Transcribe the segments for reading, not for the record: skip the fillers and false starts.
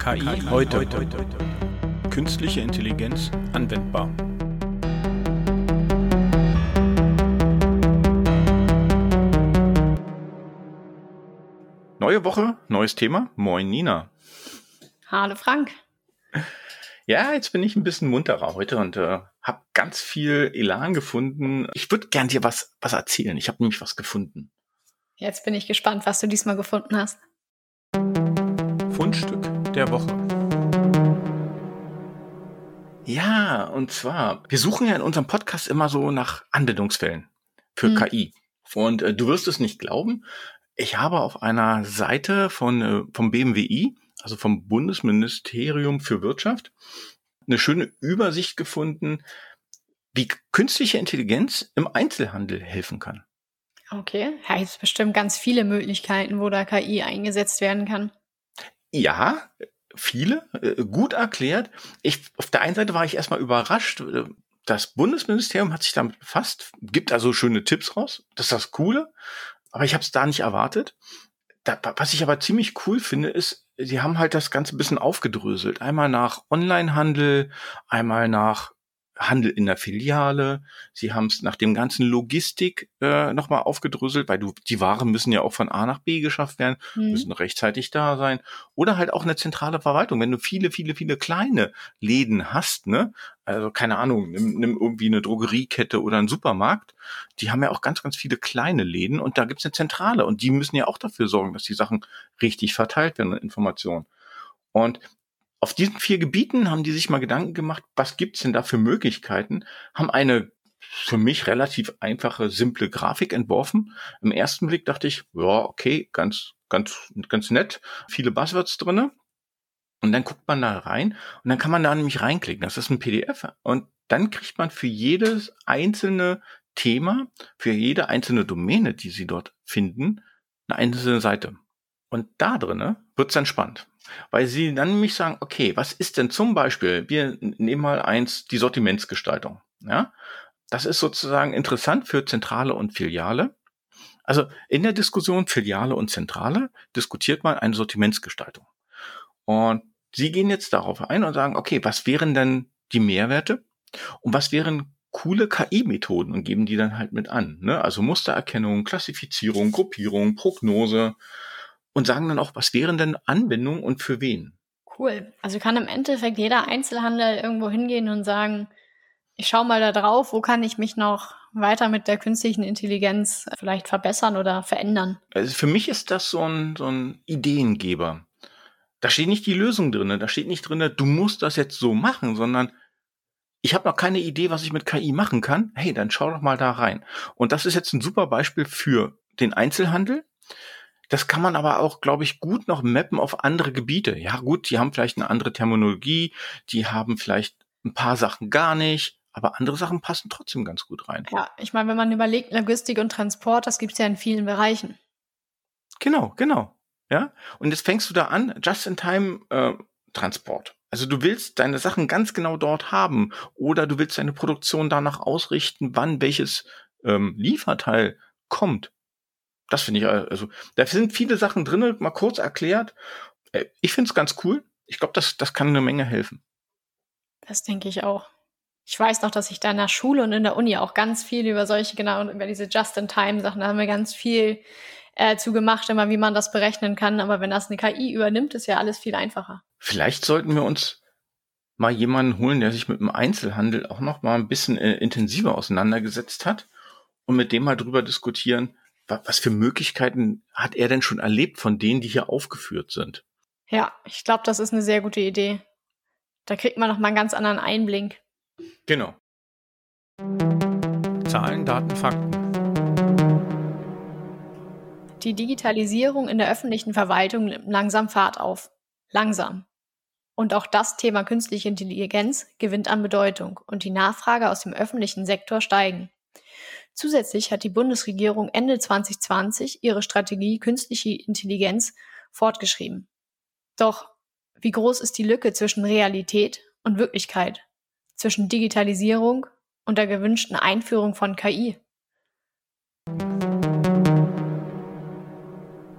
KI heute. Künstliche Intelligenz anwendbar. Neue Woche, neues Thema. Moin Nina. Hallo Frank. Ja, jetzt bin ich ein bisschen munterer heute und habe ganz viel Elan gefunden. Ich würde gern dir was erzählen. Ich habe nämlich was gefunden. Jetzt bin ich gespannt, was du diesmal gefunden hast. Fundstück der Woche. Ja, und zwar, wir suchen ja in unserem Podcast immer so nach Anwendungsfällen für KI. Und du wirst es nicht glauben, ich habe auf einer Seite vom BMWI, also vom Bundesministerium für Wirtschaft, eine schöne Übersicht gefunden, wie künstliche Intelligenz im Einzelhandel helfen kann. Okay, ja, jetzt bestimmt ganz viele Möglichkeiten, wo da KI eingesetzt werden kann. Ja, viele, gut erklärt. Auf der einen Seite war ich erstmal überrascht. Das Bundesministerium hat sich damit befasst, gibt also schöne Tipps raus. Das ist das Coole. Aber ich habe es da nicht erwartet. Was ich aber ziemlich cool finde, ist, sie haben halt das Ganze ein bisschen aufgedröselt. Einmal nach Onlinehandel, einmal nach Handel in der Filiale. Sie haben es nach dem ganzen Logistik nochmal aufgedröselt, weil die Waren müssen ja auch von A nach B geschafft werden, müssen rechtzeitig da sein. Oder halt auch eine zentrale Verwaltung. Wenn du viele kleine Läden hast, ne, also keine Ahnung, nimm irgendwie eine Drogeriekette oder einen Supermarkt, die haben ja auch ganz viele kleine Läden und da gibt's eine Zentrale und die müssen ja auch dafür sorgen, dass die Sachen richtig verteilt werden, Informationen. Und auf diesen 4 Gebieten haben die sich mal Gedanken gemacht, was gibt's denn da für Möglichkeiten, haben eine für mich relativ einfache, simple Grafik entworfen. Im ersten Blick dachte ich, ja, okay, ganz nett, viele Buzzwords drinne. Und dann guckt man da rein und dann kann man da nämlich reinklicken. Das ist ein PDF und dann kriegt man für jedes einzelne Thema, für jede einzelne Domäne, die Sie dort finden, eine einzelne Seite. Und da drinne wird's dann spannend, weil Sie dann nämlich sagen, okay, was ist denn zum Beispiel, wir nehmen mal die Sortimentsgestaltung. Ja, das ist sozusagen interessant für Zentrale und Filiale. Also in der Diskussion Filiale und Zentrale diskutiert man eine Sortimentsgestaltung. Und Sie gehen jetzt darauf ein und sagen, okay, was wären denn die Mehrwerte und was wären coole KI-Methoden und geben die dann halt mit an, ne? Also Mustererkennung, Klassifizierung, Gruppierung, Prognose und sagen dann auch, was wären denn Anwendungen und für wen? Cool. Also kann im Endeffekt jeder Einzelhandel irgendwo hingehen und sagen, ich schaue mal da drauf, wo kann ich mich noch weiter mit der künstlichen Intelligenz vielleicht verbessern oder verändern? Also für mich ist das so ein Ideengeber. Da steht nicht die Lösung drinne, da steht nicht drinne, du musst das jetzt so machen, sondern ich habe noch keine Idee, was ich mit KI machen kann. Hey, dann schau doch mal da rein. Und das ist jetzt ein super Beispiel für den Einzelhandel. Das kann man aber auch, glaube ich, gut noch mappen auf andere Gebiete. Ja gut, die haben vielleicht eine andere Terminologie, die haben vielleicht ein paar Sachen gar nicht, aber andere Sachen passen trotzdem ganz gut rein. Ja, ich meine, wenn man überlegt, Logistik und Transport, das gibt's ja in vielen Bereichen. Genau. Ja, und jetzt fängst du da an, Just-in-Time-Transport. Also du willst deine Sachen ganz genau dort haben oder du willst deine Produktion danach ausrichten, wann welches Lieferteil kommt. Das finde ich, also da sind viele Sachen drin, mal kurz erklärt. Ich finde es ganz cool. Ich glaube, das kann eine Menge helfen. Das denke ich auch. Ich weiß noch, dass ich da in der Schule und in der Uni auch ganz viel über über diese Just-in-Time-Sachen, da haben wir ganz viel zu gemacht, immer wie man das berechnen kann. Aber wenn das eine KI übernimmt, ist ja alles viel einfacher. Vielleicht sollten wir uns mal jemanden holen, der sich mit dem Einzelhandel auch noch mal ein bisschen intensiver auseinandergesetzt hat und mit dem mal drüber diskutieren, was für Möglichkeiten hat er denn schon erlebt von denen, die hier aufgeführt sind. Ja, ich glaube, das ist eine sehr gute Idee. Da kriegt man noch mal einen ganz anderen Einblick. Genau. Zahlen, Daten, Fakten. Die Digitalisierung in der öffentlichen Verwaltung nimmt langsam Fahrt auf. Langsam. Und auch das Thema künstliche Intelligenz gewinnt an Bedeutung und die Nachfrage aus dem öffentlichen Sektor steigen. Zusätzlich hat die Bundesregierung Ende 2020 ihre Strategie künstliche Intelligenz fortgeschrieben. Doch wie groß ist die Lücke zwischen Realität und Wirklichkeit, zwischen Digitalisierung und der gewünschten Einführung von KI?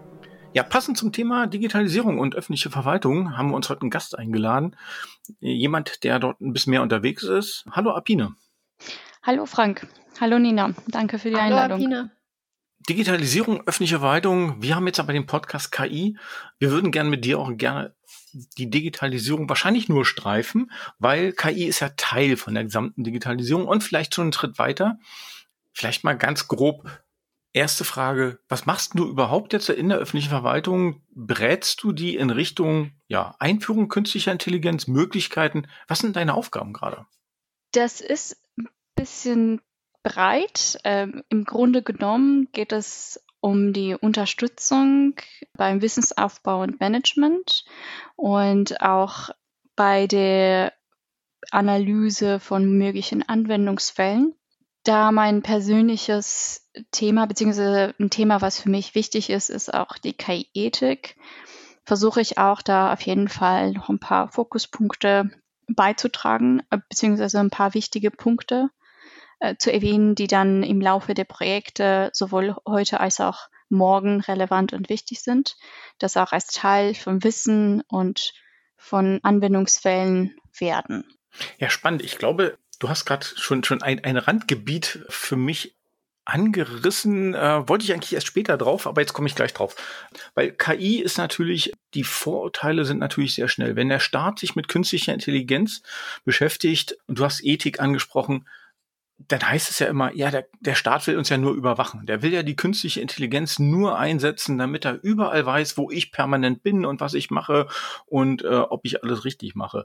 Ja, passend zum Thema Digitalisierung und öffentliche Verwaltung haben wir uns heute einen Gast eingeladen. Jemand, der dort ein bisschen mehr unterwegs ist. Hallo Apine. Hallo Frank. Hallo Nina. Danke für die Hallo, Einladung. Alpine. Digitalisierung, öffentliche Verwaltung. Wir haben jetzt aber den Podcast KI. Wir würden gerne mit dir auch gerne die Digitalisierung wahrscheinlich nur streifen, weil KI ist ja Teil von der gesamten Digitalisierung und vielleicht schon einen Schritt weiter. Vielleicht mal ganz grob. Erste Frage, was machst du überhaupt jetzt in der öffentlichen Verwaltung? Berätst du die in Richtung Einführung künstlicher Intelligenz, Möglichkeiten? Was sind deine Aufgaben gerade? Das ist ein bisschen breit. Im Grunde genommen geht es um die Unterstützung beim Wissensaufbau und Management und auch bei der Analyse von möglichen Anwendungsfällen. Da mein persönliches Thema, beziehungsweise ein Thema, was für mich wichtig ist, ist auch die KI-Ethik, versuche ich auch da auf jeden Fall noch ein paar Fokuspunkte beizutragen, beziehungsweise ein paar wichtige Punkte zu erwähnen, die dann im Laufe der Projekte sowohl heute als auch morgen relevant und wichtig sind, das auch als Teil von Wissen und von Anwendungsfällen werden. Ja, spannend. Ich glaube, du hast gerade schon ein Randgebiet für mich angerissen. Wollte ich eigentlich erst später drauf, aber jetzt komme ich gleich drauf. Weil KI ist natürlich, die Vorurteile sind natürlich sehr schnell. Wenn der Staat sich mit künstlicher Intelligenz beschäftigt, und du hast Ethik angesprochen, dann heißt es ja immer, ja, der Staat will uns ja nur überwachen. Der will ja die künstliche Intelligenz nur einsetzen, damit er überall weiß, wo ich permanent bin und was ich mache und ob ich alles richtig mache.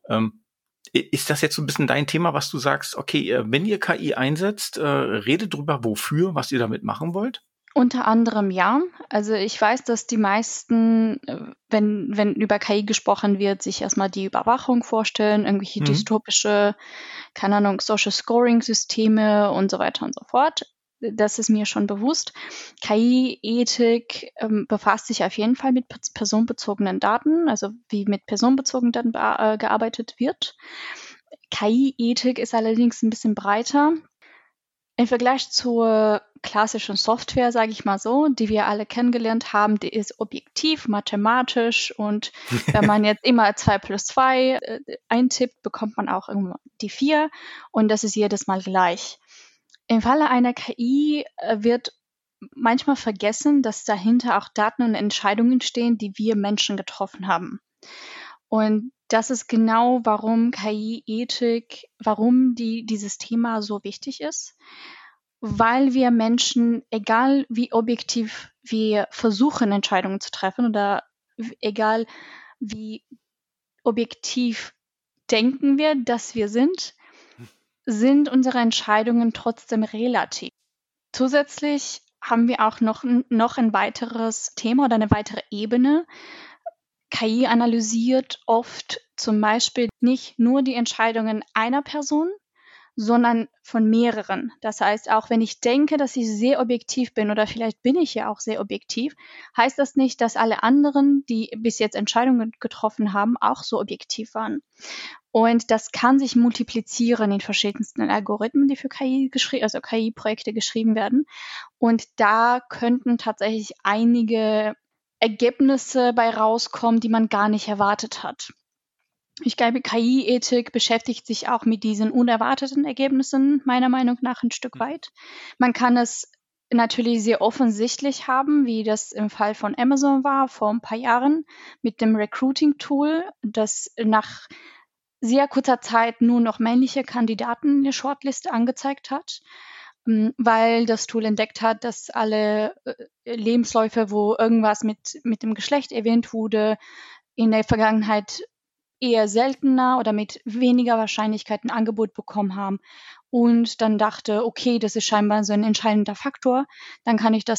Ist das jetzt so ein bisschen dein Thema, was du sagst, okay, wenn ihr KI einsetzt, redet drüber, wofür, was ihr damit machen wollt? Unter anderem ja. Also ich weiß, dass die meisten, wenn über KI gesprochen wird, sich erstmal die Überwachung vorstellen, irgendwelche dystopische, keine Ahnung, Social Scoring-Systeme und so weiter und so fort. Das ist mir schon bewusst. KI-Ethik befasst sich auf jeden Fall mit personenbezogenen Daten, also wie mit personenbezogenen Daten gearbeitet wird. KI-Ethik ist allerdings ein bisschen breiter. Im Vergleich zur klassischen Software, sage ich mal so, die wir alle kennengelernt haben, die ist objektiv, mathematisch und wenn man jetzt immer 2 plus 2 eintippt, bekommt man auch irgendwann die 4 und das ist jedes Mal gleich. Im Falle einer KI wird manchmal vergessen, dass dahinter auch Daten und Entscheidungen stehen, die wir Menschen getroffen haben. Und das ist genau, warum KI-Ethik, warum dieses Thema so wichtig ist. Weil wir Menschen, egal wie objektiv wir versuchen, Entscheidungen zu treffen oder egal wie objektiv denken wir, dass wir sind unsere Entscheidungen trotzdem relativ. Zusätzlich haben wir auch noch ein weiteres Thema oder eine weitere Ebene. KI analysiert oft zum Beispiel nicht nur die Entscheidungen einer Person, sondern von mehreren. Das heißt, auch wenn ich denke, dass ich sehr objektiv bin oder vielleicht bin ich ja auch sehr objektiv, heißt das nicht, dass alle anderen, die bis jetzt Entscheidungen getroffen haben, auch so objektiv waren. Und das kann sich multiplizieren in verschiedensten Algorithmen, die für KI-Projekte geschrieben werden. Und da könnten tatsächlich einige Ergebnisse bei rauskommen, die man gar nicht erwartet hat. Ich glaube, KI-Ethik beschäftigt sich auch mit diesen unerwarteten Ergebnissen, meiner Meinung nach ein Stück weit. Man kann es natürlich sehr offensichtlich haben, wie das im Fall von Amazon war vor ein paar Jahren mit dem Recruiting-Tool, das nach sehr kurzer Zeit nur noch männliche Kandidaten in der Shortliste angezeigt hat, weil das Tool entdeckt hat, dass alle Lebensläufe, wo irgendwas mit dem Geschlecht erwähnt wurde, in der Vergangenheit eher seltener oder mit weniger Wahrscheinlichkeit ein Angebot bekommen haben und dann dachte, okay, das ist scheinbar so ein entscheidender Faktor, dann kann ich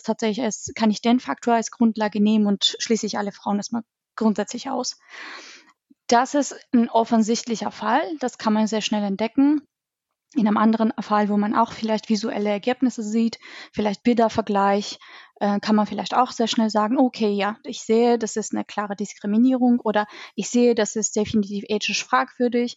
den Faktor als Grundlage nehmen und schließe ich alle Frauen erstmal grundsätzlich aus. Das ist ein offensichtlicher Fall, das kann man sehr schnell entdecken. In einem anderen Fall, wo man auch vielleicht visuelle Ergebnisse sieht, vielleicht Bildervergleich, kann man vielleicht auch sehr schnell sagen, okay, ja, ich sehe, das ist eine klare Diskriminierung oder ich sehe, das ist definitiv ethisch fragwürdig.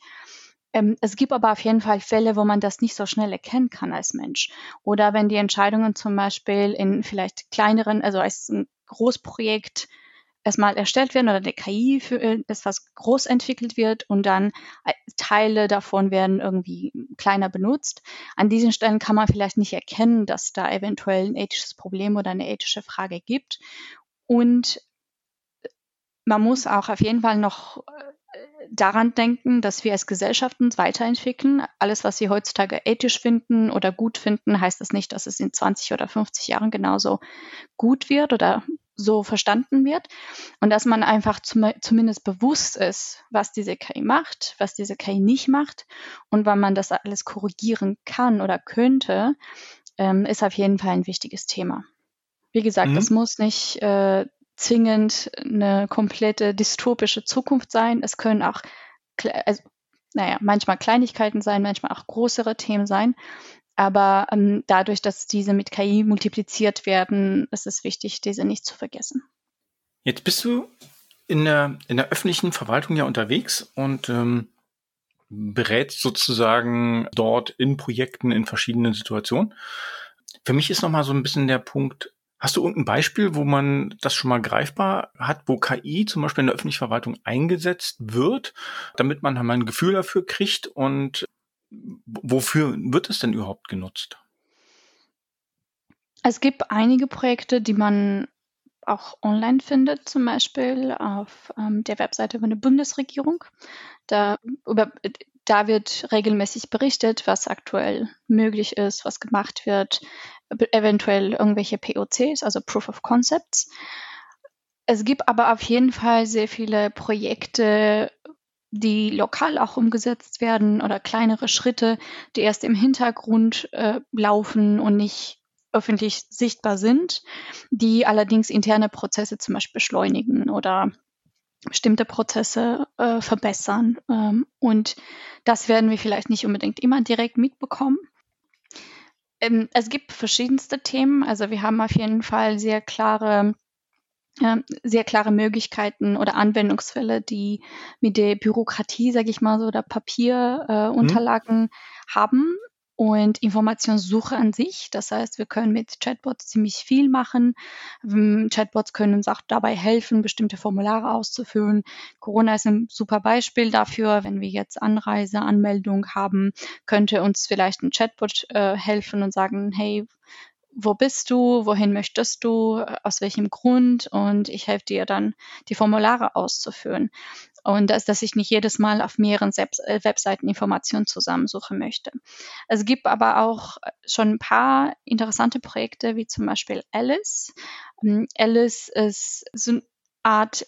Es gibt aber auf jeden Fall Fälle, wo man das nicht so schnell erkennen kann als Mensch. Oder wenn die Entscheidungen zum Beispiel in vielleicht kleineren, also als ein Großprojekt erstmal erstellt werden oder der KI für das, was groß entwickelt wird und dann Teile davon werden irgendwie kleiner benutzt. An diesen Stellen kann man vielleicht nicht erkennen, dass da eventuell ein ethisches Problem oder eine ethische Frage gibt. Und man muss auch auf jeden Fall noch daran denken, dass wir als Gesellschaft uns weiterentwickeln. Alles, was wir heutzutage ethisch finden oder gut finden, heißt das nicht, dass es in 20 oder 50 Jahren genauso gut wird oder so verstanden wird. Und dass man einfach zumindest bewusst ist, was diese KI macht, was diese KI nicht macht und wann man das alles korrigieren kann oder könnte, ist auf jeden Fall ein wichtiges Thema. Wie gesagt, das muss nicht zwingend eine komplette dystopische Zukunft sein. Es können auch, manchmal Kleinigkeiten sein, manchmal auch größere Themen sein. Aber dadurch, dass diese mit KI multipliziert werden, ist es wichtig, diese nicht zu vergessen. Jetzt bist du in der öffentlichen Verwaltung ja unterwegs und berätst sozusagen dort in Projekten in verschiedenen Situationen. Für mich ist nochmal so ein bisschen der Punkt, hast du irgendein Beispiel, wo man das schon mal greifbar hat, wo KI zum Beispiel in der öffentlichen Verwaltung eingesetzt wird, damit man mal ein Gefühl dafür kriegt und wofür wird es denn überhaupt genutzt? Es gibt einige Projekte, die man auch online findet, zum Beispiel auf der Webseite von der Bundesregierung. Da wird regelmäßig berichtet, was aktuell möglich ist, was gemacht wird, eventuell irgendwelche POCs, also Proof of Concepts. Es gibt aber auf jeden Fall sehr viele Projekte, die lokal auch umgesetzt werden oder kleinere Schritte, die erst im Hintergrund laufen und nicht öffentlich sichtbar sind, die allerdings interne Prozesse zum Beispiel beschleunigen oder bestimmte Prozesse verbessern. Und das werden wir vielleicht nicht unbedingt immer direkt mitbekommen. Es gibt verschiedenste Themen. Also wir haben auf jeden Fall sehr klare Möglichkeiten oder Anwendungsfälle, die mit der Bürokratie, sage ich mal so, oder Papierunterlagen haben und Informationssuche an sich. Das heißt, wir können mit Chatbots ziemlich viel machen. Chatbots können uns auch dabei helfen, bestimmte Formulare auszufüllen. Corona ist ein super Beispiel dafür. Wenn wir jetzt Anreiseanmeldung haben, könnte uns vielleicht ein Chatbot helfen und sagen, hey, wo bist du, wohin möchtest du, aus welchem Grund, und ich helfe dir dann, die Formulare auszufüllen. Und dass ich nicht jedes Mal auf mehreren Webseiten Informationen zusammensuchen möchte. Es gibt aber auch schon ein paar interessante Projekte, wie zum Beispiel Alice. Alice ist so eine Art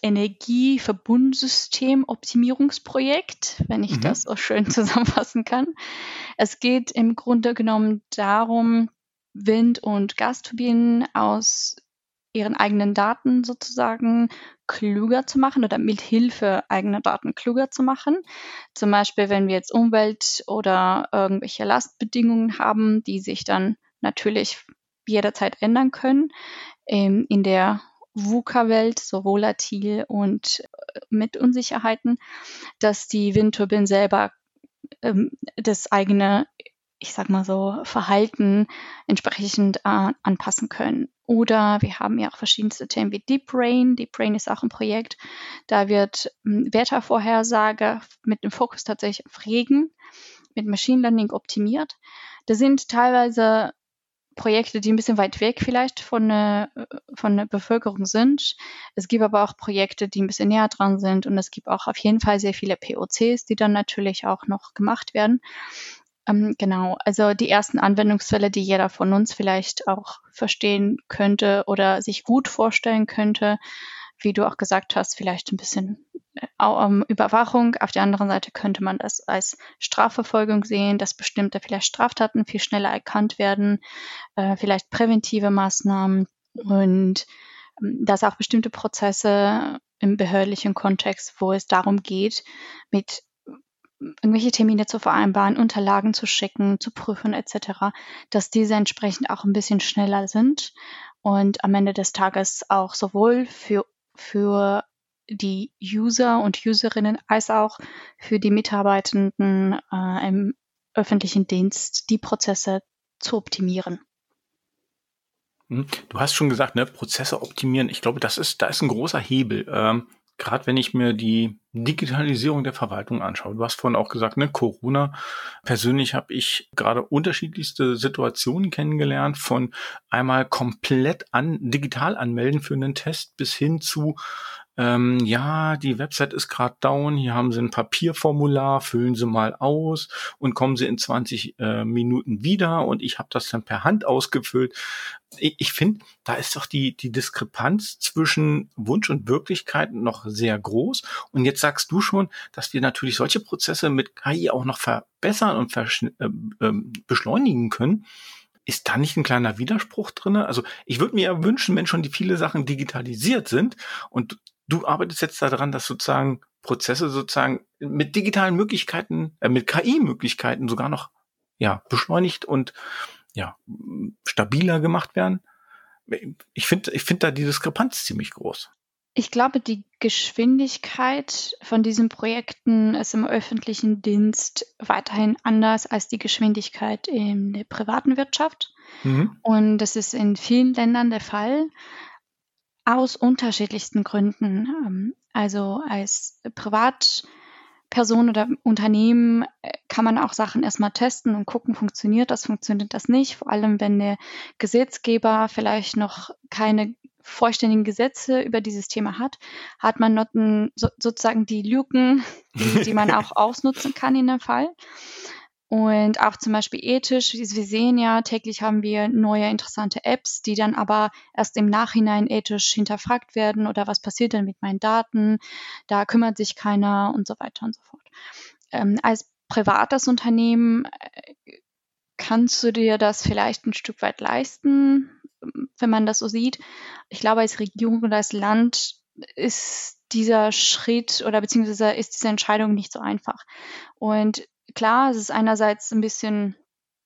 Energieverbundsystem-Optimierungsprojekt, wenn ich das so schön zusammenfassen kann. Es geht im Grunde genommen darum, Wind- und Gasturbinen aus ihren eigenen Daten sozusagen klüger zu machen oder mit Hilfe eigener Daten klüger zu machen. Zum Beispiel, wenn wir jetzt Umwelt- oder irgendwelche Lastbedingungen haben, die sich dann natürlich jederzeit ändern können. In der VUCA-Welt, so volatil und mit Unsicherheiten, dass die Windturbinen selber das eigene, ich sag mal so, Verhalten entsprechend anpassen können. Oder wir haben ja auch verschiedenste Themen wie Deep Brain. Deep Brain ist auch ein Projekt. Da wird Wettervorhersage mit dem Fokus tatsächlich auf Regen mit Machine Learning optimiert. Das sind teilweise Projekte, die ein bisschen weit weg vielleicht von der Bevölkerung sind. Es gibt aber auch Projekte, die ein bisschen näher dran sind, und es gibt auch auf jeden Fall sehr viele POCs, die dann natürlich auch noch gemacht werden. Genau, also die ersten Anwendungsfälle, die jeder von uns vielleicht auch verstehen könnte oder sich gut vorstellen könnte, wie du auch gesagt hast, vielleicht ein bisschen Überwachung. Auf der anderen Seite könnte man das als Strafverfolgung sehen, dass bestimmte vielleicht Straftaten viel schneller erkannt werden, vielleicht präventive Maßnahmen, und dass auch bestimmte Prozesse im behördlichen Kontext, wo es darum geht, mit irgendwelche Termine zu vereinbaren, Unterlagen zu schicken, zu prüfen etc., dass diese entsprechend auch ein bisschen schneller sind und am Ende des Tages auch sowohl für die User und Userinnen als auch für die Mitarbeitenden im öffentlichen Dienst die Prozesse zu optimieren. Du hast schon gesagt, ne, Prozesse optimieren. Ich glaube, da ist ein großer Hebel. Gerade wenn ich mir die Digitalisierung der Verwaltung anschaue. Du hast vorhin auch gesagt, ne, Corona. Persönlich habe ich gerade unterschiedlichste Situationen kennengelernt, von einmal komplett digital anmelden für einen Test bis hin zu ja, die Website ist gerade down, hier haben Sie ein Papierformular, füllen Sie mal aus und kommen Sie in 20 Minuten wieder und ich habe das dann per Hand ausgefüllt. Ich finde, da ist doch die Diskrepanz zwischen Wunsch und Wirklichkeit noch sehr groß. Und jetzt sagst du schon, dass wir natürlich solche Prozesse mit KI auch noch verbessern und beschleunigen können. Ist da nicht ein kleiner Widerspruch drinne? Also ich würde mir ja wünschen, wenn schon die viele Sachen digitalisiert sind und du arbeitest jetzt daran, dass sozusagen Prozesse sozusagen mit digitalen Möglichkeiten, mit KI-Möglichkeiten sogar noch beschleunigt und stabiler gemacht werden. Ich finde da die Diskrepanz ziemlich groß. Ich glaube, die Geschwindigkeit von diesen Projekten ist im öffentlichen Dienst weiterhin anders als die Geschwindigkeit in der privaten Wirtschaft. Und das ist in vielen Ländern der Fall, aus unterschiedlichsten Gründen. Also als Privatperson oder Unternehmen kann man auch Sachen erstmal testen und gucken, funktioniert das nicht. Vor allem, wenn der Gesetzgeber vielleicht noch keine vollständigen Gesetze über dieses Thema hat man sozusagen die Lücken, die man auch ausnutzen kann in dem Fall. Und auch zum Beispiel ethisch, wir sehen ja, täglich haben wir neue interessante Apps, die dann aber erst im Nachhinein ethisch hinterfragt werden oder was passiert denn mit meinen Daten, da kümmert sich keiner und so weiter und so fort. Als privates Unternehmen kannst du dir das vielleicht ein Stück weit leisten, wenn man das so sieht. Ich glaube, als Regierung oder als Land ist dieser Schritt oder beziehungsweise ist diese Entscheidung nicht so einfach. Und klar, es ist einerseits ein bisschen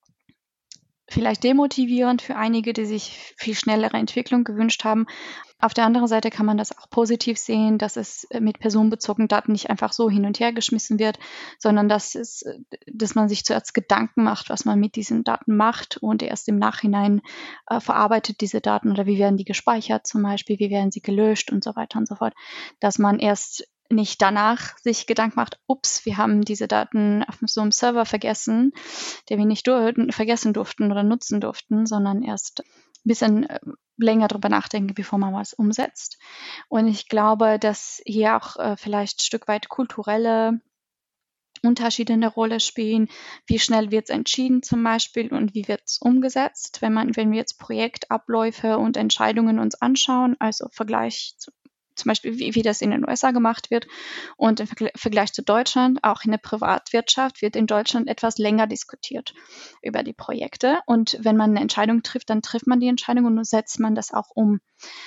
vielleicht demotivierend für einige, die sich viel schnellere Entwicklung gewünscht haben. Auf der anderen Seite kann man das auch positiv sehen, dass es mit personenbezogenen Daten nicht einfach so hin und her geschmissen wird, sondern dass man sich zuerst Gedanken macht, was man mit diesen Daten macht und erst im Nachhinein verarbeitet diese Daten oder wie werden die gespeichert zum Beispiel, wie werden sie gelöscht und so weiter und so fort. Dass man erst nicht danach sich Gedanken macht, ups, wir haben diese Daten auf so einem Server vergessen, den wir nicht vergessen durften oder nutzen durften, sondern erst ein bisschen länger drüber nachdenken, bevor man was umsetzt. Und ich glaube, dass hier auch vielleicht ein Stück weit kulturelle Unterschiede eine Rolle spielen. Wie schnell wird es entschieden zum Beispiel und wie wird es umgesetzt? Wenn wir jetzt Projektabläufe und Entscheidungen uns anschauen, also Vergleich zum Beispiel, wie das in den USA gemacht wird und im Vergleich zu Deutschland, auch in der Privatwirtschaft wird in Deutschland etwas länger diskutiert über die Projekte. Und wenn man eine Entscheidung trifft, dann trifft man die Entscheidung und setzt man das auch um.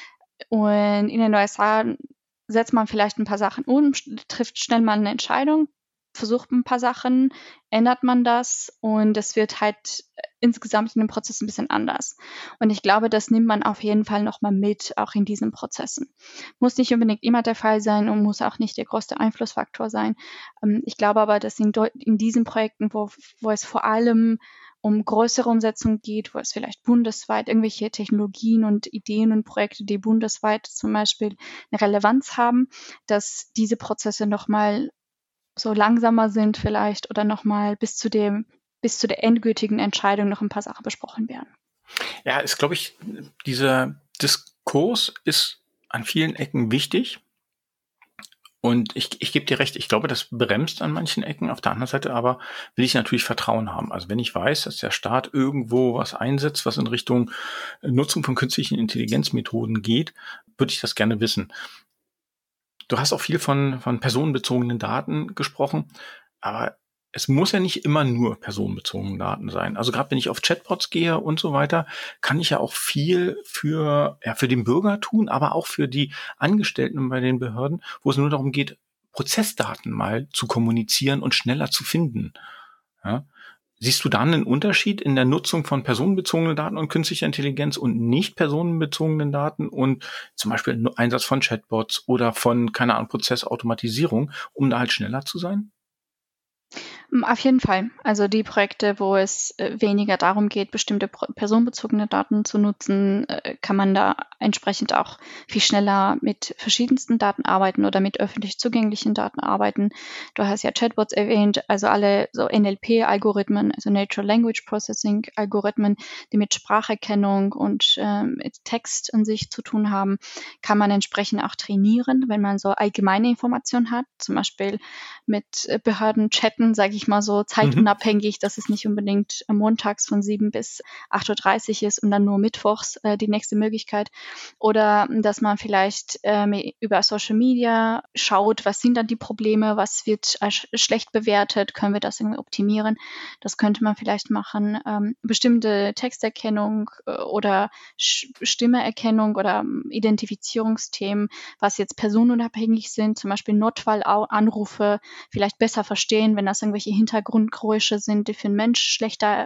Und in den USA setzt man vielleicht ein paar Sachen um, trifft schnell mal eine Entscheidung, versucht ein paar Sachen, ändert man das und es wird halt insgesamt in dem Prozess ein bisschen anders. Und ich glaube, das nimmt man auf jeden Fall nochmal mit, auch in diesen Prozessen. Muss nicht unbedingt immer der Fall sein und muss auch nicht der größte Einflussfaktor sein. Ich glaube aber, dass in diesen Projekten, wo es vor allem um größere Umsetzung geht, wo es vielleicht bundesweit irgendwelche Technologien und Ideen und Projekte, die bundesweit zum Beispiel eine Relevanz haben, dass diese Prozesse nochmal so langsamer sind vielleicht oder nochmal bis zu der endgültigen Entscheidung noch ein paar Sachen besprochen werden. Ja, ist, glaube ich, dieser Diskurs ist an vielen Ecken wichtig. Und ich gebe dir recht, ich glaube, das bremst an manchen Ecken. Auf der anderen Seite aber will ich natürlich Vertrauen haben. Also wenn ich weiß, dass der Staat irgendwo was einsetzt, was in Richtung Nutzung von künstlichen Intelligenzmethoden geht, würde ich das gerne wissen. Du hast auch viel von personenbezogenen Daten gesprochen, aber es muss ja nicht immer nur personenbezogene Daten sein. Also gerade wenn ich auf Chatbots gehe und so weiter, kann ich ja auch viel für den Bürger tun, aber auch für die Angestellten bei den Behörden, wo es nur darum geht, Prozessdaten mal zu kommunizieren und schneller zu finden. Ja? Siehst du da einen Unterschied in der Nutzung von personenbezogenen Daten und künstlicher Intelligenz und nicht personenbezogenen Daten und zum Beispiel Einsatz von Chatbots oder von, keine Ahnung, Prozessautomatisierung, um da halt schneller zu sein? Auf jeden Fall. Also die Projekte, wo es weniger darum geht, bestimmte personenbezogene Daten zu nutzen, kann man da entsprechend auch viel schneller mit verschiedensten Daten arbeiten oder mit öffentlich zugänglichen Daten arbeiten. Du hast ja Chatbots erwähnt, also alle so NLP-Algorithmen, also Natural Language Processing-Algorithmen, die mit Spracherkennung und mit Text an sich zu tun haben, kann man entsprechend auch trainieren, wenn man so allgemeine Informationen hat, zum Beispiel mit Behörden chatten, sage ich mal so, zeitunabhängig, dass es nicht unbedingt montags von 7 bis 8:30 Uhr ist und dann nur mittwochs die nächste Möglichkeit. Oder dass man vielleicht über Social Media schaut, was sind dann die Probleme, was wird schlecht bewertet, können wir das irgendwie optimieren. Das könnte man vielleicht machen. Bestimmte Texterkennung oder Stimmeerkennung oder Identifizierungsthemen, was jetzt personenunabhängig sind, zum Beispiel Notfallanrufe, vielleicht besser verstehen, wenn das irgendwelche Hintergrundgeräusche sind, die für einen Mensch schlechter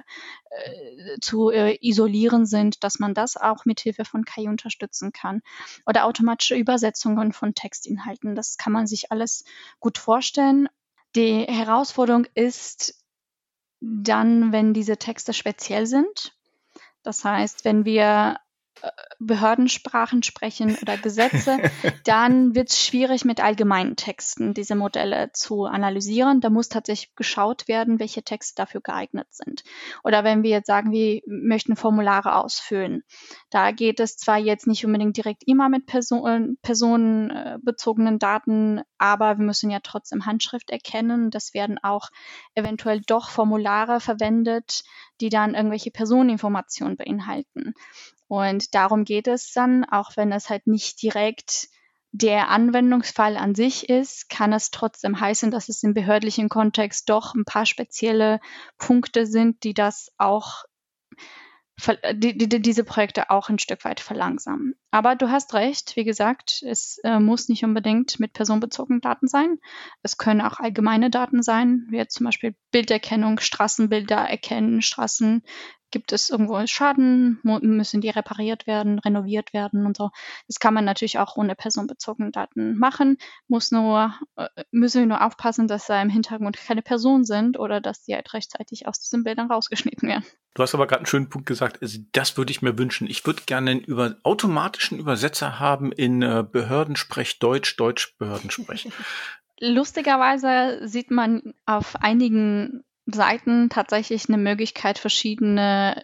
zu isolieren sind, dass man das auch mit Hilfe von KI unterstützen kann. Oder automatische Übersetzungen von Textinhalten. Das kann man sich alles gut vorstellen. Die Herausforderung ist dann, wenn diese Texte speziell sind. Das heißt, wenn wir Behördensprachen sprechen oder Gesetze, dann wird es schwierig, mit allgemeinen Texten diese Modelle zu analysieren. Da muss tatsächlich geschaut werden, welche Texte dafür geeignet sind. Oder wenn wir jetzt sagen, wir möchten Formulare ausfüllen, da geht es zwar jetzt nicht unbedingt direkt immer mit personenbezogenen Daten, aber wir müssen ja trotzdem Handschrift erkennen. Das werden auch eventuell doch Formulare verwendet, die dann irgendwelche Personeninformationen beinhalten. Und darum geht es dann, auch wenn es halt nicht direkt der Anwendungsfall an sich ist, kann es trotzdem heißen, dass es im behördlichen Kontext doch ein paar spezielle Punkte sind, die das auch diese Projekte auch ein Stück weit verlangsamen. Aber du hast recht, wie gesagt, es muss nicht unbedingt mit personenbezogenen Daten sein. Es können auch allgemeine Daten sein, wie jetzt zum Beispiel Bilderkennung, Straßenbilder erkennen, Straßen. Gibt es irgendwo Schaden? Müssen die repariert werden, renoviert werden und so? Das kann man natürlich auch ohne personenbezogene Daten machen. Müssen wir nur aufpassen, dass da im Hintergrund keine Personen sind oder dass die halt rechtzeitig aus diesen Bildern rausgeschnitten werden. Du hast aber gerade einen schönen Punkt gesagt. Das würde ich mir wünschen. Ich würde gerne einen automatischen Übersetzer haben in Behördensprech Deutsch, Deutsch-Behördensprech. Lustigerweise sieht man auf einigen Seiten tatsächlich eine Möglichkeit, verschiedene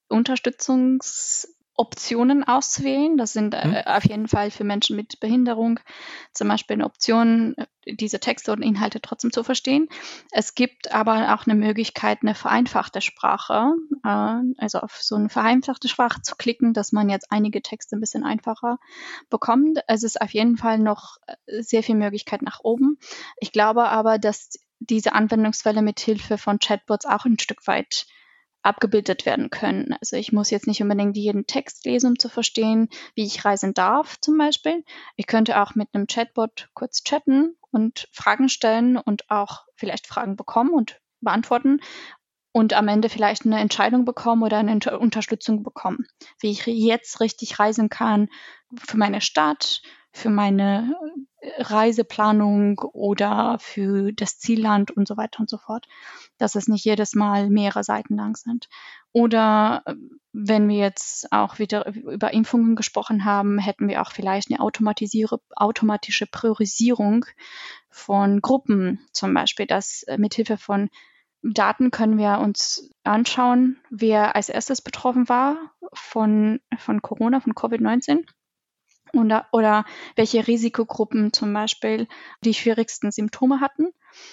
Unterstützungsoptionen auszuwählen. Das sind auf jeden Fall für Menschen mit Behinderung zum Beispiel eine Option, diese Texte und Inhalte trotzdem zu verstehen. Es gibt aber auch eine Möglichkeit, eine vereinfachte Sprache, also auf so eine vereinfachte Sprache zu klicken, dass man jetzt einige Texte ein bisschen einfacher bekommt. Es ist auf jeden Fall noch sehr viel Möglichkeit nach oben. Ich glaube aber, dass diese Anwendungsfälle mit Hilfe von Chatbots auch ein Stück weit abgebildet werden können. Also ich muss jetzt nicht unbedingt jeden Text lesen, um zu verstehen, wie ich reisen darf zum Beispiel. Ich könnte auch mit einem Chatbot kurz chatten und Fragen stellen und auch vielleicht Fragen bekommen und beantworten und am Ende vielleicht eine Entscheidung bekommen oder eine Unterstützung bekommen, wie ich jetzt richtig reisen kann für meine Stadt, für meine Reiseplanung oder für das Zielland und so weiter und so fort, dass es nicht jedes Mal mehrere Seiten lang sind. Oder wenn wir jetzt auch wieder über Impfungen gesprochen haben, hätten wir auch vielleicht eine automatische Priorisierung von Gruppen zum Beispiel, dass mithilfe von Daten können wir uns anschauen, wer als erstes betroffen war von Corona, von Covid-19. Oder welche Risikogruppen zum Beispiel die schwierigsten Symptome hatten.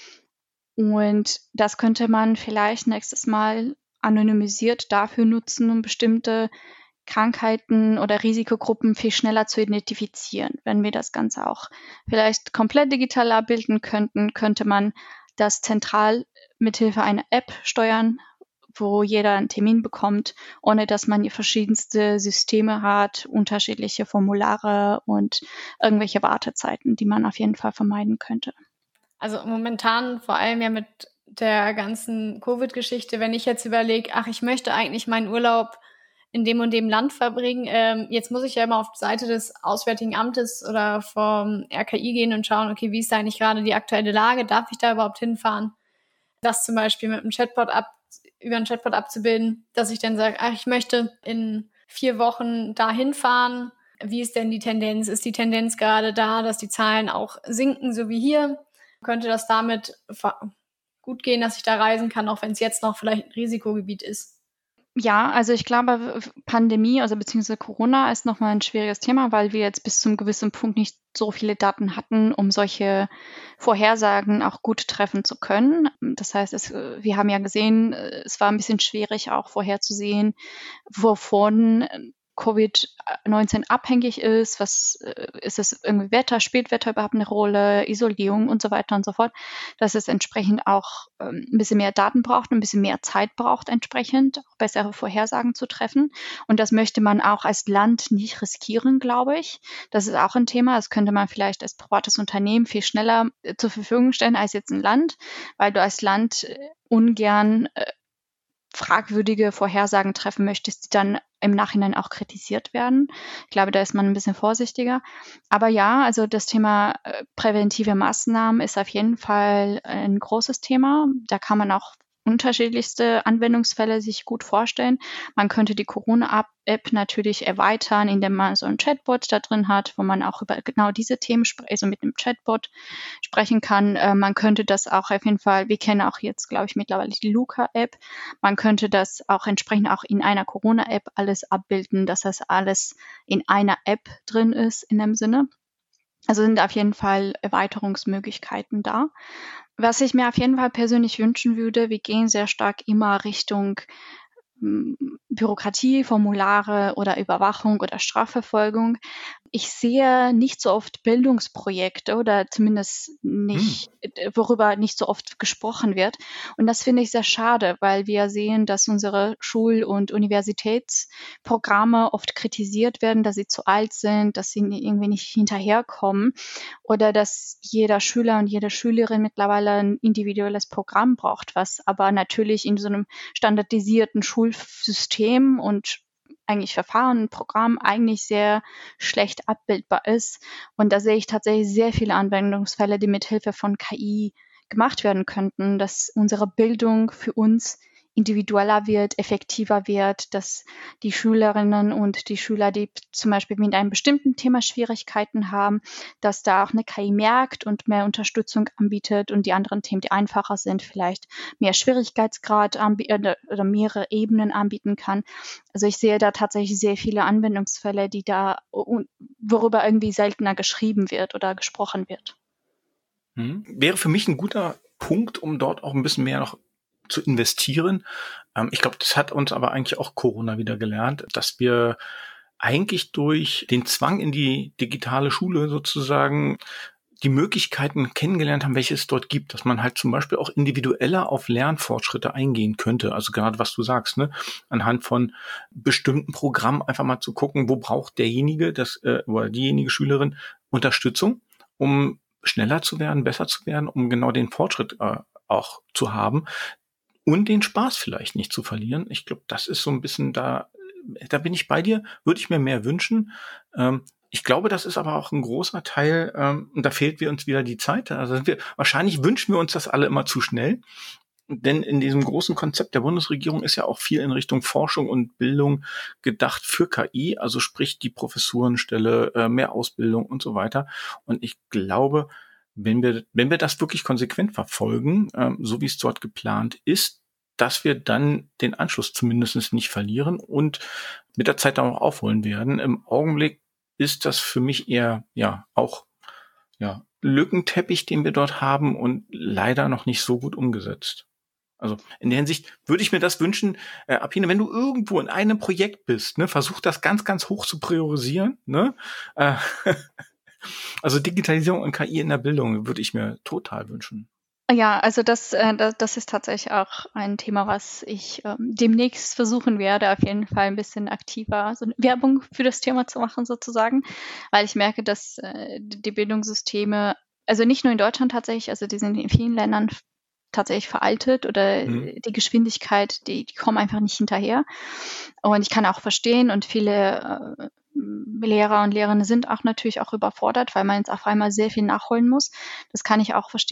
Und das könnte man vielleicht nächstes Mal anonymisiert dafür nutzen, um bestimmte Krankheiten oder Risikogruppen viel schneller zu identifizieren. Wenn wir das Ganze auch vielleicht komplett digital abbilden könnten, könnte man das zentral mithilfe einer App steuern, wo jeder einen Termin bekommt, ohne dass man hier verschiedenste Systeme hat, unterschiedliche Formulare und irgendwelche Wartezeiten, die man auf jeden Fall vermeiden könnte. Also momentan vor allem ja mit der ganzen Covid-Geschichte, wenn ich jetzt überlege, ich möchte eigentlich meinen Urlaub in dem und dem Land verbringen, jetzt muss ich ja immer auf die Seite des Auswärtigen Amtes oder vom RKI gehen und schauen, okay, wie ist da eigentlich gerade die aktuelle Lage, darf ich da überhaupt hinfahren? das zum Beispiel mit einem über einen Chatbot abzubilden, dass ich dann sage, ich möchte in 4 Wochen dahin fahren. Wie ist denn die Tendenz? Ist die Tendenz gerade da, dass die Zahlen auch sinken, so wie hier? Könnte das damit gut gehen, dass ich da reisen kann, auch wenn es jetzt noch vielleicht ein Risikogebiet ist? Ja, also ich glaube, Pandemie, also beziehungsweise Corona ist nochmal ein schwieriges Thema, weil wir jetzt bis zum gewissen Punkt nicht so viele Daten hatten, um solche Vorhersagen auch gut treffen zu können. Das heißt, wir haben ja gesehen, es war ein bisschen schwierig auch vorherzusehen, wovon Covid-19 abhängig ist, ist es irgendwie Wetter, spielt Wetter überhaupt eine Rolle, Isolierung und so weiter und so fort, dass es entsprechend auch ein bisschen mehr Daten braucht, ein bisschen mehr Zeit braucht, entsprechend auch bessere Vorhersagen zu treffen. Und das möchte man auch als Land nicht riskieren, glaube ich. Das ist auch ein Thema, das könnte man vielleicht als privates Unternehmen viel schneller zur Verfügung stellen als jetzt ein Land, weil du als Land ungern fragwürdige Vorhersagen treffen möchtest, die dann im Nachhinein auch kritisiert werden. Ich glaube, da ist man ein bisschen vorsichtiger. Aber ja, also das Thema präventive Maßnahmen ist auf jeden Fall ein großes Thema. Da kann man auch unterschiedlichste Anwendungsfälle sich gut vorstellen. Man könnte die Corona-App natürlich erweitern, indem man so einen Chatbot da drin hat, wo man auch über genau diese Themen, also mit einem Chatbot sprechen kann. Man könnte das auch auf jeden Fall, wir kennen auch jetzt, glaube ich, mittlerweile die Luca-App. Man könnte das auch entsprechend auch in einer Corona-App alles abbilden, dass das alles in einer App drin ist in dem Sinne. Also sind auf jeden Fall Erweiterungsmöglichkeiten da. Was ich mir auf jeden Fall persönlich wünschen würde, wir gehen sehr stark immer Richtung Bürokratie, Formulare oder Überwachung oder Strafverfolgung. Ich sehe nicht so oft Bildungsprojekte oder zumindest nicht, worüber nicht so oft gesprochen wird. Und das finde ich sehr schade, weil wir sehen, dass unsere Schul- und Universitätsprogramme oft kritisiert werden, dass sie zu alt sind, dass sie irgendwie nicht hinterherkommen oder dass jeder Schüler und jede Schülerin mittlerweile ein individuelles Programm braucht, was aber natürlich in so einem standardisierten Schulsystem und eigentlich Verfahren, Programm eigentlich sehr schlecht abbildbar ist. Und da sehe ich tatsächlich sehr viele Anwendungsfälle, die mit Hilfe von KI gemacht werden könnten, dass unsere Bildung für uns individueller wird, effektiver wird, dass die Schülerinnen und die Schüler, die zum Beispiel mit einem bestimmten Thema Schwierigkeiten haben, dass da auch eine KI merkt und mehr Unterstützung anbietet und die anderen Themen, die einfacher sind, vielleicht mehr Schwierigkeitsgrad oder mehrere Ebenen anbieten kann. Also ich sehe da tatsächlich sehr viele Anwendungsfälle, die da, worüber irgendwie seltener geschrieben wird oder gesprochen wird. Wäre für mich ein guter Punkt, um dort auch ein bisschen mehr noch zu investieren. Ich glaube, das hat uns aber eigentlich auch Corona wieder gelernt, dass wir eigentlich durch den Zwang in die digitale Schule sozusagen die Möglichkeiten kennengelernt haben, welche es dort gibt, dass man halt zum Beispiel auch individueller auf Lernfortschritte eingehen könnte. Also gerade was du sagst, ne, anhand von bestimmten Programmen einfach mal zu gucken, wo braucht derjenige, oder diejenige Schülerin Unterstützung, um schneller zu werden, besser zu werden, um genau den Fortschritt auch zu haben. Und den Spaß vielleicht nicht zu verlieren. Ich glaube, das ist so ein bisschen da bin ich bei dir, würde ich mir mehr wünschen. Ich glaube, das ist aber auch ein großer Teil, und da fehlt uns wieder die Zeit. Also wahrscheinlich wünschen wir uns das alle immer zu schnell. Denn in diesem großen Konzept der Bundesregierung ist ja auch viel in Richtung Forschung und Bildung gedacht für KI, also sprich die Professurenstelle, mehr Ausbildung und so weiter. Und ich glaube, wenn wir das wirklich konsequent verfolgen, so wie es dort geplant ist, dass wir dann den Anschluss zumindest nicht verlieren und mit der Zeit dann auch aufholen werden. Im Augenblick ist das für mich eher auch Lückenteppich, den wir dort haben und leider noch nicht so gut umgesetzt. Also in der Hinsicht würde ich mir das wünschen, Apine, wenn du irgendwo in einem Projekt bist, ne, versuch das ganz, ganz hoch zu priorisieren, ne? Also Digitalisierung und KI in der Bildung würde ich mir total wünschen. Ja, also das ist tatsächlich auch ein Thema, was ich demnächst versuchen werde, auf jeden Fall ein bisschen aktiver so Werbung für das Thema zu machen sozusagen, weil ich merke, dass die Bildungssysteme, also nicht nur in Deutschland tatsächlich, also die sind in vielen Ländern tatsächlich veraltet oder die Geschwindigkeit, die kommen einfach nicht hinterher. Und ich kann auch verstehen und viele Lehrer und Lehrerinnen sind auch natürlich auch überfordert, weil man jetzt auf einmal sehr viel nachholen muss. Das kann ich auch verstehen.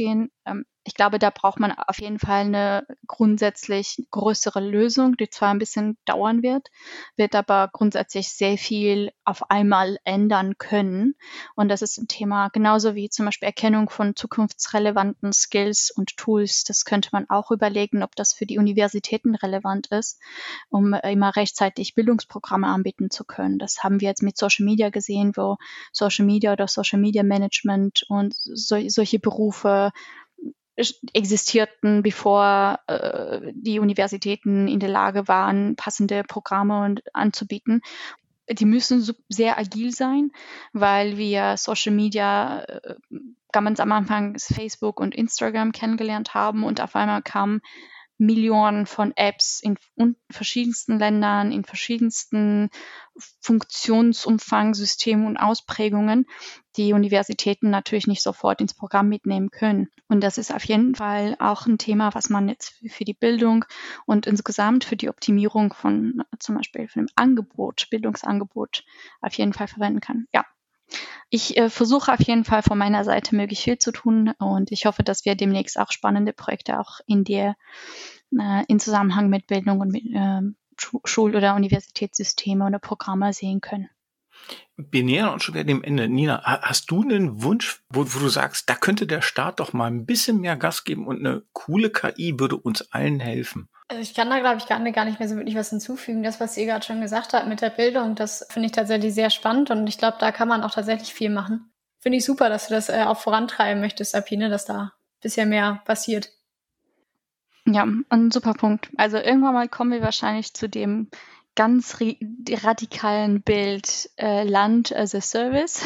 Ich glaube, da braucht man auf jeden Fall eine grundsätzlich größere Lösung, die zwar ein bisschen dauern wird aber grundsätzlich sehr viel auf einmal ändern können. Und das ist ein Thema, genauso wie zum Beispiel Erkennung von zukunftsrelevanten Skills und Tools. Das könnte man auch überlegen, ob das für die Universitäten relevant ist, um immer rechtzeitig Bildungsprogramme anbieten zu können. Das haben wir jetzt mit Social Media gesehen, wo Social Media oder Social Media Management und solche Berufe existierten, bevor die Universitäten in der Lage waren, passende Programme anzubieten. Die müssen sehr agil sein, weil wir Social Media ganz am Anfang Facebook und Instagram kennengelernt haben und auf einmal kamen Millionen von Apps in verschiedensten Ländern, in verschiedensten Funktionsumfang, Systemen und Ausprägungen, die Universitäten natürlich nicht sofort ins Programm mitnehmen können. Und das ist auf jeden Fall auch ein Thema, was man jetzt für die Bildung und insgesamt für die Optimierung von zum Beispiel von dem Angebot, Bildungsangebot auf jeden Fall verwenden kann. Ja. Ich versuche auf jeden Fall von meiner Seite möglichst viel zu tun und ich hoffe, dass wir demnächst auch spannende Projekte auch in Zusammenhang mit Bildung und mit Schul- oder Universitätssysteme oder Programme sehen können. Wir nähern uns schon wieder dem Ende. Nina, hast du einen Wunsch, wo du sagst, da könnte der Staat doch mal ein bisschen mehr Gas geben und eine coole KI würde uns allen helfen? Also ich kann da, glaube ich, gar nicht mehr so wirklich was hinzufügen. Das, was ihr gerade schon gesagt habt mit der Bildung, das finde ich tatsächlich sehr spannend und ich glaube, da kann man auch tatsächlich viel machen. Finde ich super, dass du das auch vorantreiben möchtest, Alpine, dass da ein bisschen mehr passiert. Ja, ein super Punkt. Also irgendwann mal kommen wir wahrscheinlich zu dem ganz radikalen Bild Land as a Service,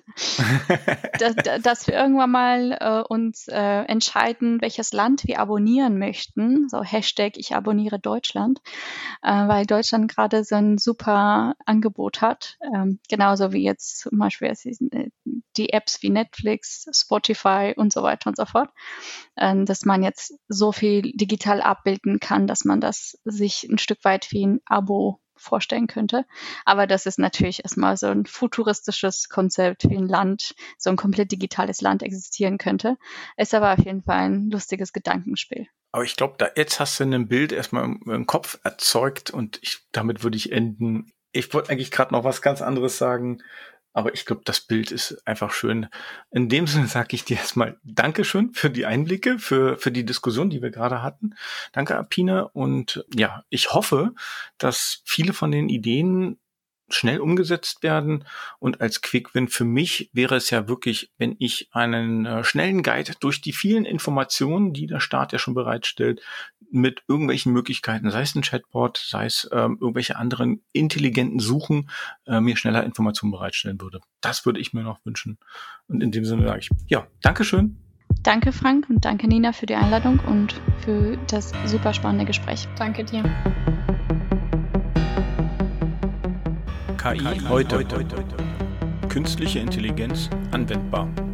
dass wir irgendwann mal uns entscheiden, welches Land wir abonnieren möchten. So Hashtag ich abonniere Deutschland, weil Deutschland gerade so ein super Angebot hat. Genauso wie jetzt zum Beispiel die Apps wie Netflix, Spotify und so weiter und so fort. Dass man jetzt so viel digital abbilden kann, dass man das sich ein Stück weit wie ein Abo vorstellen könnte. Aber das ist natürlich erstmal so ein futuristisches Konzept, wie ein Land, so ein komplett digitales Land existieren könnte. Ist aber auf jeden Fall ein lustiges Gedankenspiel. Aber ich glaube, jetzt hast du ein Bild erstmal im Kopf erzeugt und damit würde ich enden. Ich wollte eigentlich gerade noch was ganz anderes sagen, aber ich glaube, das Bild ist einfach schön. In dem Sinne sage ich dir erstmal Dankeschön für die Einblicke, für die Diskussion, die wir gerade hatten. Danke, Alpine. Und ja, ich hoffe, dass viele von den Ideen schnell umgesetzt werden. Und als Quick-Win für mich wäre es ja wirklich, wenn ich einen schnellen Guide durch die vielen Informationen, die der Staat ja schon bereitstellt, mit irgendwelchen Möglichkeiten, sei es ein Chatbot, sei es irgendwelche anderen intelligenten Suchen, mir schneller Informationen bereitstellen würde. Das würde ich mir noch wünschen. Und in dem Sinne sage ich, ja, Dankeschön. Danke, Frank, und danke, Nina, für die Einladung und für das super spannende Gespräch. Danke dir. KI heute. Künstliche Intelligenz anwendbar.